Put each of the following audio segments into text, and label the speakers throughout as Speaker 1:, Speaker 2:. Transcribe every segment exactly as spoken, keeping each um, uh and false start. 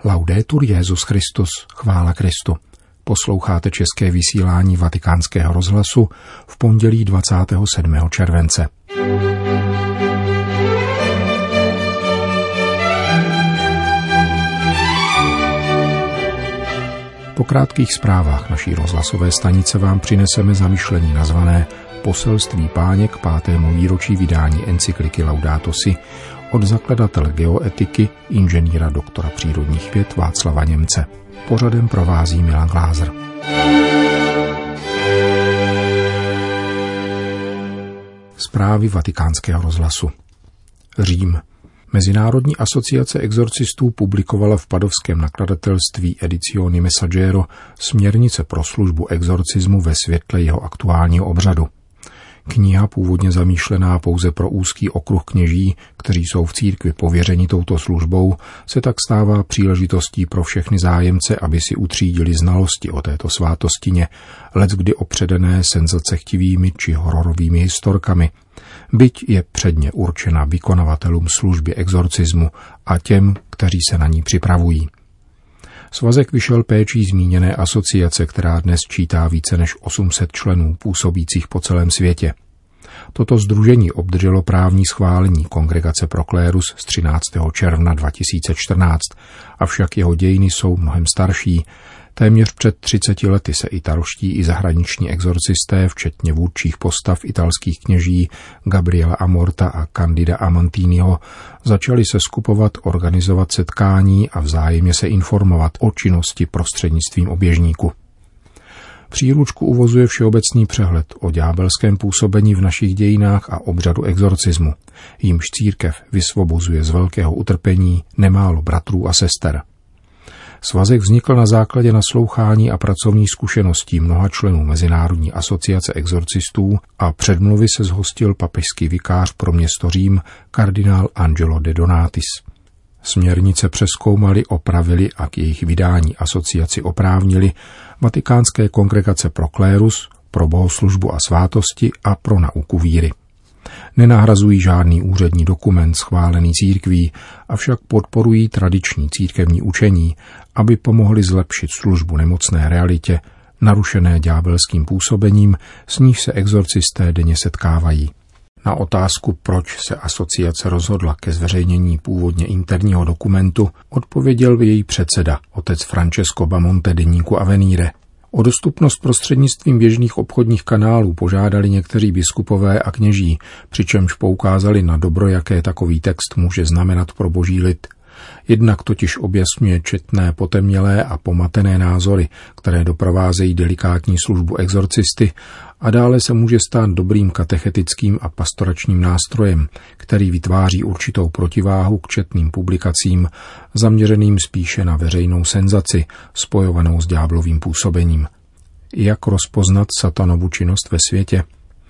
Speaker 1: Laudetur Jesus Christus, chvála Kristu. Posloucháte české vysílání Vatikánského rozhlasu v pondělí dvacátého sedmého července. Po krátkých zprávách naší rozhlasové stanice vám přineseme zamyšlení nazvané Poselství Páně k pátému výročí vydání encykliky Laudato Si od zakladatele geoetiky, inženýra doktora přírodních věd Václava Němce. Pořadem provází Milan Glázer. Zprávy Vatikánského rozhlasu. Řím. Mezinárodní asociace exorcistů publikovala v padovském nakladatelství Edizioni Messaggero směrnice pro službu exorcismu ve světle jeho aktuálního obřadu. Kniha, původně zamýšlená pouze pro úzký okruh kněží, kteří jsou v církvi pověřeni touto službou, se tak stává příležitostí pro všechny zájemce, aby si utřídili znalosti o této svátostině, leckdy opředené senzacechtivými či hororovými historkami, byť je předně určena vykonavatelům služby exorcismu a těm, kteří se na ní připravují. Svazek vyšel péčí zmíněné asociace, která dnes čítá více než osm set členů působících po celém světě. Toto sdružení obdrželo právní schválení Kongregace pro klérus z třináctého června dva tisíce čtrnáct, avšak jeho dějiny jsou mnohem starší. Téměř před třiceti lety se italští i zahraniční exorcisté, včetně vůdčích postav italských kněží Gabriela Amorta a Candida Amantiniho, začali se skupovat, organizovat setkání a vzájemně se informovat o činnosti prostřednictvím oběžníku. Příručku uvozuje všeobecný přehled o ďábelském působení v našich dějinách a obřadu exorcismu, jímž církev vysvobozuje z velkého utrpení nemálo bratrů a sester. Svazek vznikl na základě naslouchání a pracovních zkušeností mnoha členů Mezinárodní asociace exorcistů a předmluvy se zhostil papežský vikář pro město Řím kardinál Angelo de Donatis. Směrnice přezkoumali, opravili a k jejich vydání asociaci oprávnili Vatikánské kongregace pro klérus, pro bohoslužbu a svátosti a pro nauku víry. Nenahrazují žádný úřední dokument schválený církví, avšak podporují tradiční církevní učení, aby pomohli zlepšit službu nemocné realitě, narušené ďábelským působením, s níž se exorcisté denně setkávají. Na otázku, proč se asociace rozhodla ke zveřejnění původně interního dokumentu, odpověděl její předseda, otec Francesco Bamonte deníku Avvenire. O dostupnost prostřednictvím běžných obchodních kanálů požádali někteří biskupové a kněží, přičemž poukázali na dobro, jaké takový text může znamenat pro boží lid. Jednak totiž objasňuje četné potemnělé a pomatené názory, které doprovázejí delikátní službu exorcisty, a dále se může stát dobrým katechetickým a pastoračním nástrojem, který vytváří určitou protiváhu k četným publikacím, zaměřeným spíše na veřejnou senzaci, spojovanou s ďáblovým působením. Jak rozpoznat satanovu činnost ve světě?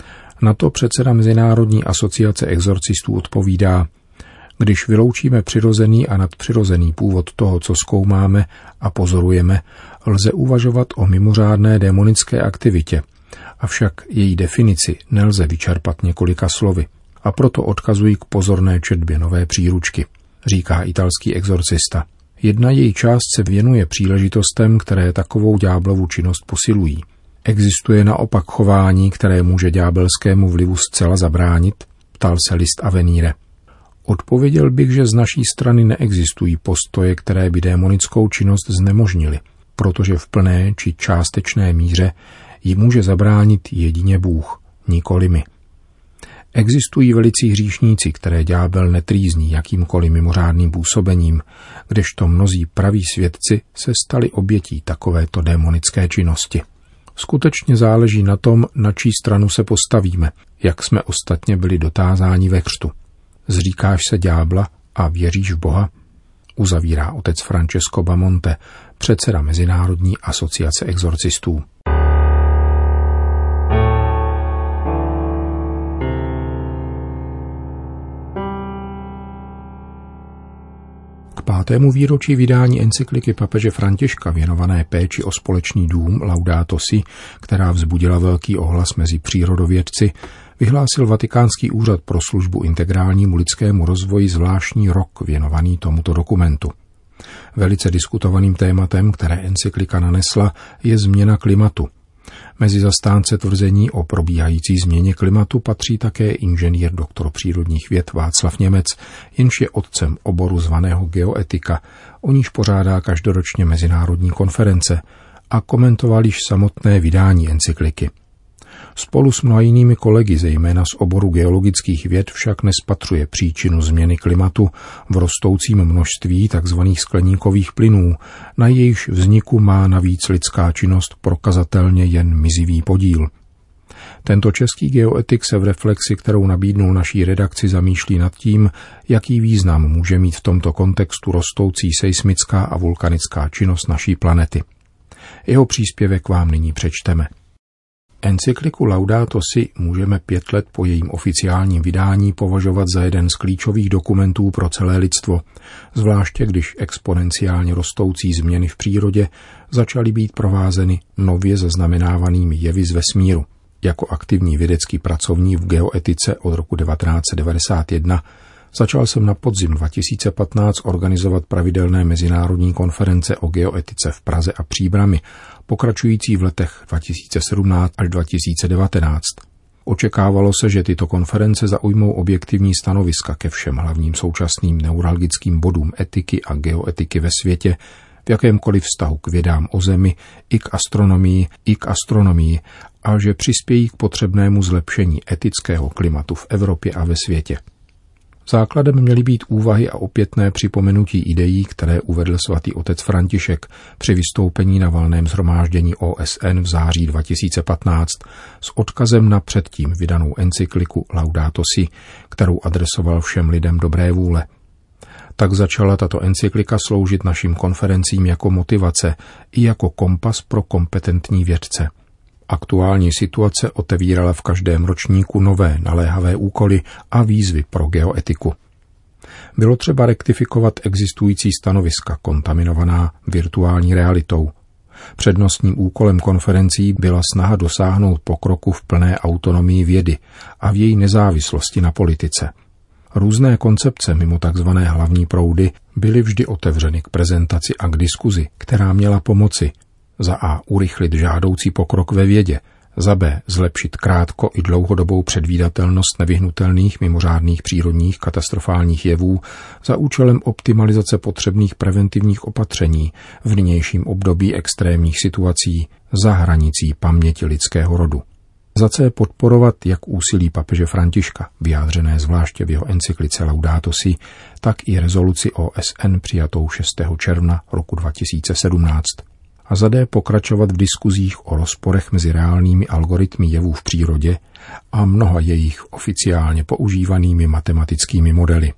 Speaker 1: Na to předseda Mezinárodní asociace exorcistů odpovídá: když vyloučíme přirozený a nadpřirozený původ toho, co zkoumáme a pozorujeme, lze uvažovat o mimořádné démonické aktivitě, avšak její definici nelze vyčerpat několika slovy, a proto odkazují k pozorné četbě nové příručky, říká italský exorcista. Jedna její část se věnuje příležitostem, které takovou ďáblovu činnost posilují. Existuje naopak chování, které může ďábelskému vlivu zcela zabránit, ptal se list Avvenire. Odpověděl bych, že z naší strany neexistují postoje, které by démonickou činnost znemožnily, protože v plné či částečné míře ji může zabránit jedině Bůh, nikoli my. Existují velicí hříšníci, které ďábel netrýzní jakýmkoliv mimořádným působením, kdežto mnozí praví svědci se stali obětí takovéto démonické činnosti. Skutečně záleží na tom, na čí stranu se postavíme, jak jsme ostatně byli dotázáni ve křtu. Zříkáš se ďábla a věříš v Boha? Uzavírá otec Francesco Bamonte, předseda Mezinárodní asociace exorcistů. K pátému výročí vydání encykliky papeže Františka věnované péči o společný dům Laudato Si, která vzbudila velký ohlas mezi přírodovědci, vyhlásil Vatikánský úřad pro službu integrálnímu lidskému rozvoji zvláštní rok věnovaný tomuto dokumentu. Velice diskutovaným tématem, které encyklika nanesla, je změna klimatu. Mezi zastánce tvrzení o probíhající změně klimatu patří také inženýr doktor přírodních věd Václav Němec, jenž je otcem oboru zvaného geoetika, o níž pořádá každoročně mezinárodní konference a komentoval již samotné vydání encykliky. Spolu s mnoha jinými kolegy, zejména z oboru geologických věd, však nespatřuje příčinu změny klimatu v rostoucím množství tzv. Skleníkových plynů, na jejichž vzniku má navíc lidská činnost prokazatelně jen mizivý podíl. Tento český geoetik se v reflexi, kterou nabídnul naší redakci, zamýšlí nad tím, jaký význam může mít v tomto kontextu rostoucí seismická a vulkanická činnost naší planety. Jeho příspěvek vám nyní přečteme. Encykliku Laudato si můžeme pět let po jejím oficiálním vydání považovat za jeden z klíčových dokumentů pro celé lidstvo, zvláště když exponenciálně rostoucí změny v přírodě začaly být provázeny nově zaznamenávanými jevy z vesmíru. Jako aktivní vědecký pracovník v geoetice od roku devatenáct set devadesát jedna začal jsem na podzim dva tisíce patnáct organizovat pravidelné mezinárodní konference o geoetice v Praze a Příbrami, pokračující v letech dva tisíce sedmnáct až dva tisíce devatenáct. Očekávalo se, že tyto konference zaujmou objektivní stanoviska ke všem hlavním současným neuralgickým bodům etiky a geoetiky ve světě, v jakémkoliv vztahu k vědám o Zemi, i k astronomii, i k astronomii, a že přispějí k potřebnému zlepšení etického klimatu v Evropě a ve světě. Základem měly být úvahy a opětné připomenutí ideí, které uvedl svatý otec František při vystoupení na valném shromáždění O S N v září dva tisíce patnáct s odkazem na předtím vydanou encykliku Laudato si, kterou adresoval všem lidem dobré vůle. Tak začala tato encyklika sloužit našim konferencím jako motivace i jako kompas pro kompetentní vědce. Aktuální situace otevírala v každém ročníku nové naléhavé úkoly a výzvy pro geoetiku. Bylo třeba rektifikovat existující stanoviska kontaminovaná virtuální realitou. Přednostním úkolem konferencí byla snaha dosáhnout pokroku v plné autonomii vědy a v její nezávislosti na politice. Různé koncepce mimo tzv. Hlavní proudy byly vždy otevřeny k prezentaci a k diskuzi, která měla pomoci za A. urychlit žádoucí pokrok ve vědě, za B. zlepšit krátko i dlouhodobou předvídatelnost nevyhnutelných mimořádných přírodních katastrofálních jevů za účelem optimalizace potřebných preventivních opatření v nynějším období extrémních situací za hranicí paměti lidského rodu. Za C. podporovat jak úsilí papeže Františka, vyjádřené zvláště v jeho encyklice Laudato si, tak i rezoluci O S N přijatou šestého června roku dva tisíce sedmnáct. A za D. pokračovat v diskuzích o rozporech mezi reálnými algoritmy jevů v přírodě a mnoha jejich oficiálně používanými matematickými modely.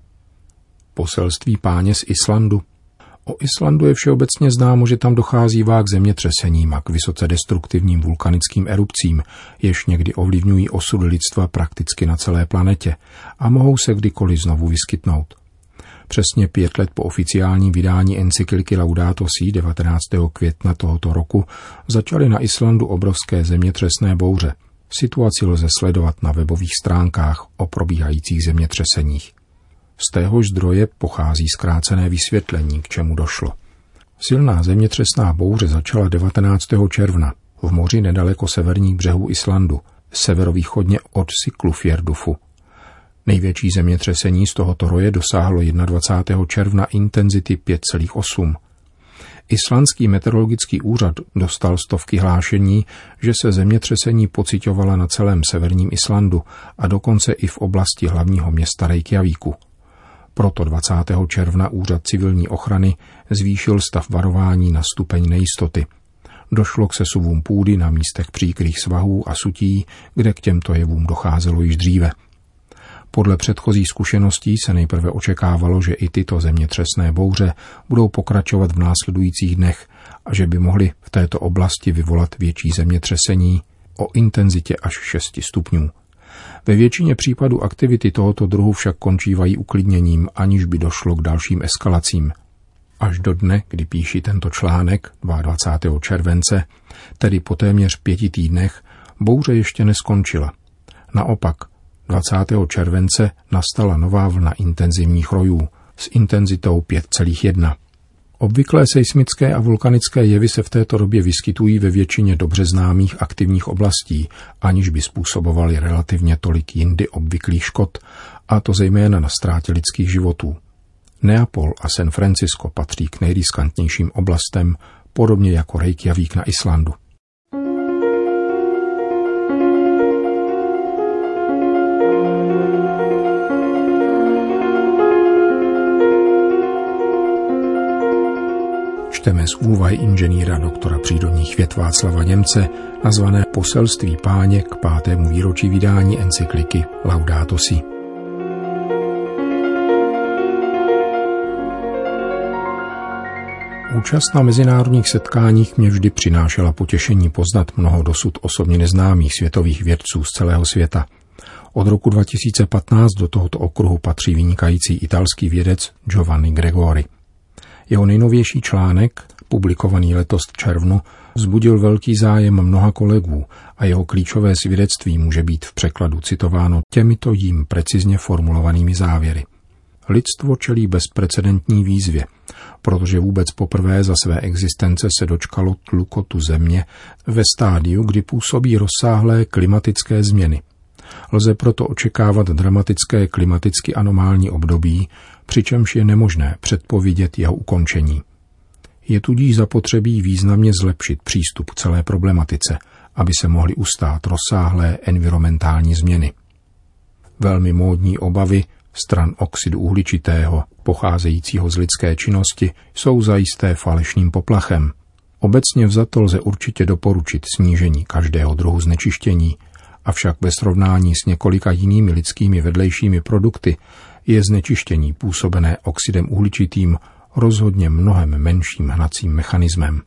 Speaker 1: Poselství Páně z Islandu. O Islandu je všeobecně známo, že tam docházívá k zemětřesením a k vysoce destruktivním vulkanickým erupcím, jež někdy ovlivňují osud lidstva prakticky na celé planetě a mohou se kdykoliv znovu vyskytnout. Přesně pět let po oficiálním vydání encykliky Laudato si devatenáctého května tohoto roku začaly na Islandu obrovské zemětřesné bouře. Situaci lze sledovat na webových stránkách o probíhajících zemětřeseních. Z téhož zdroje pochází zkrácené vysvětlení, k čemu došlo. Silná zemětřesná bouře začala devatenáctého června v moři nedaleko severních břehů Islandu, severovýchodně od Siglufjordufu. Největší zemětřesení z tohoto roje dosáhlo dvacátého prvního června intenzity pět celá osm. Islandský meteorologický úřad dostal stovky hlášení, že se zemětřesení pociťovala na celém severním Islandu a dokonce i v oblasti hlavního města Reykjavíku. Proto dvacátého června úřad civilní ochrany zvýšil stav varování na stupeň nejistoty. Došlo k sesuvům půdy na místech příkrých svahů a sutí, kde k těmto jevům docházelo již dříve. Podle předchozích zkušeností se nejprve očekávalo, že i tyto zemětřesné bouře budou pokračovat v následujících dnech a že by mohly v této oblasti vyvolat větší zemětřesení o intenzitě až šesti stupňů. Ve většině případů aktivity tohoto druhu však končívají uklidněním, aniž by došlo k dalším eskalacím. Až do dne, kdy píši tento článek, dvacátého druhého července, tedy po téměř pěti týdnech, bouře ještě neskončila. Naopak, dvacátého července nastala nová vlna intenzivních rojů s intenzitou pět celá jedna. Obvyklé seismické a vulkanické jevy se v této době vyskytují ve většině dobře známých aktivních oblastí, aniž by způsobovaly relativně tolik jindy obvyklých škod, a to zejména na ztrátě lidských životů. Neapol a San Francisco patří k nejriskantnějším oblastem, podobně jako Reykjavík na Islandu. Čteme z úvahy inženýra doktora přírodních věd Václava Němce, nazvané Poselství Páně k pátému výročí vydání encykliky Laudato Si. Účast na mezinárodních setkáních mě vždy přinášela potěšení poznat mnoho dosud osobně neznámých světových vědců z celého světa. Od roku dva tisíce patnáct do tohoto okruhu patří vynikající italský vědec Giovanni Gregori. Jeho nejnovější článek, publikovaný letos v červnu, vzbudil velký zájem mnoha kolegů a jeho klíčové svědectví může být v překladu citováno těmito jím precizně formulovanými závěry. Lidstvo čelí bezprecedentní výzvě, protože vůbec poprvé za své existence se dočkalo tlukotu země ve stádiu, kdy působí rozsáhlé klimatické změny. Lze proto očekávat dramatické klimaticky anomální období, přičemž je nemožné předpovědět jeho ukončení. Je tudíž zapotřebí významně zlepšit přístup k celé problematice, aby se mohly ustát rozsáhlé environmentální změny. Velmi módní obavy stran oxidu uhličitého, pocházejícího z lidské činnosti, jsou zajisté falešným poplachem. Obecně vzato lze určitě doporučit snížení každého druhu znečištění, avšak ve srovnání s několika jinými lidskými vedlejšími produkty je znečištění působené oxidem uhličitým rozhodně mnohem menším hnacím mechanismem.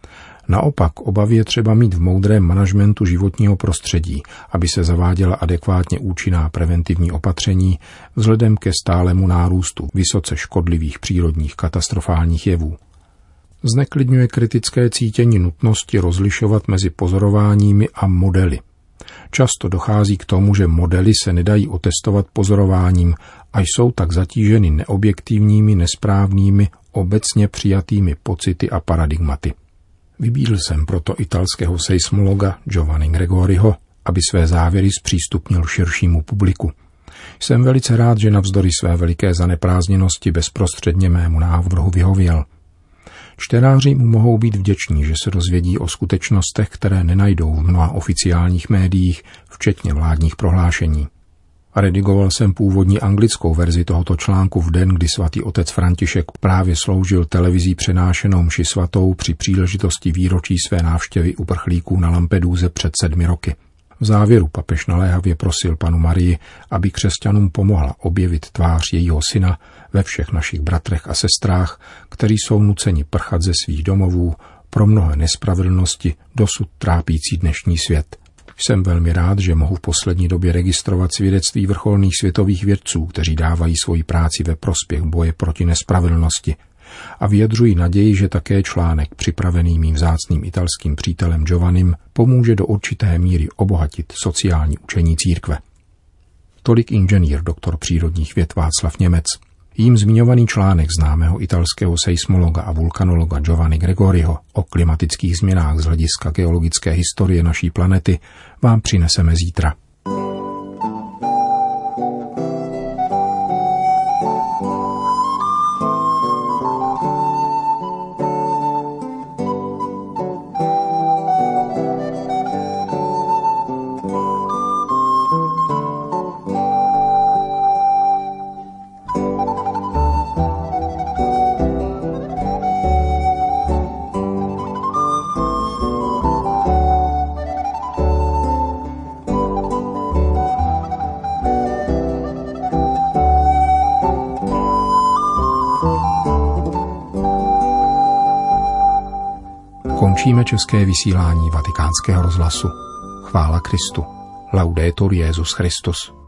Speaker 1: Naopak obavy je třeba mít v moudrém manažmentu životního prostředí, aby se zaváděla adekvátně účinná preventivní opatření vzhledem ke stálemu nárůstu vysoce škodlivých přírodních katastrofálních jevů. Zneklidňuje kritické cítění nutnosti rozlišovat mezi pozorováními a modely. Často dochází k tomu, že modely se nedají otestovat pozorováním a jsou tak zatíženy neobjektivními, nesprávnými, obecně přijatými pocity a paradigmaty. Vybídl jsem proto italského seismologa Giovanni Gregoriho, aby své závěry zpřístupnil širšímu publiku. Jsem velice rád, že navzdory své veliké zaneprázdněnosti bezprostředně mému návrhu vyhověl. Čtenáři mu mohou být vděční, že se dozvědí o skutečnostech, které nenajdou v mnoha oficiálních médiích, včetně vládních prohlášení. Redigoval jsem původní anglickou verzi tohoto článku v den, kdy svatý otec František právě sloužil televizí přenášenou mši svatou při příležitosti výročí své návštěvy uprchlíků na Lampeduze před sedmi roky. V závěru papež naléhavě prosil panu Marii, aby křesťanům pomohla objevit tvář jejího syna ve všech našich bratrech a sestrách, kteří jsou nuceni prchat ze svých domovů pro mnohé nespravedlnosti dosud trápící dnešní svět. Jsem velmi rád, že mohu v poslední době registrovat svědectví vrcholných světových vědců, kteří dávají svoji práci ve prospěch boje proti nespravedlnosti, a vyjadřuji naději, že také článek připravený mým vzácným italským přítelem Giovannim pomůže do určité míry obohatit sociální učení církve. Tolik inženýr doktor přírodních věd Václav Němec. Jím zmiňovaný článek známého italského seismologa a vulkanologa Giovanni Gregoriho o klimatických změnách z hlediska geologické historie naší planety vám přineseme zítra. Končíme české vysílání Vatikánského rozhlasu. Chvála Kristu. Laudetur Jesus Christus.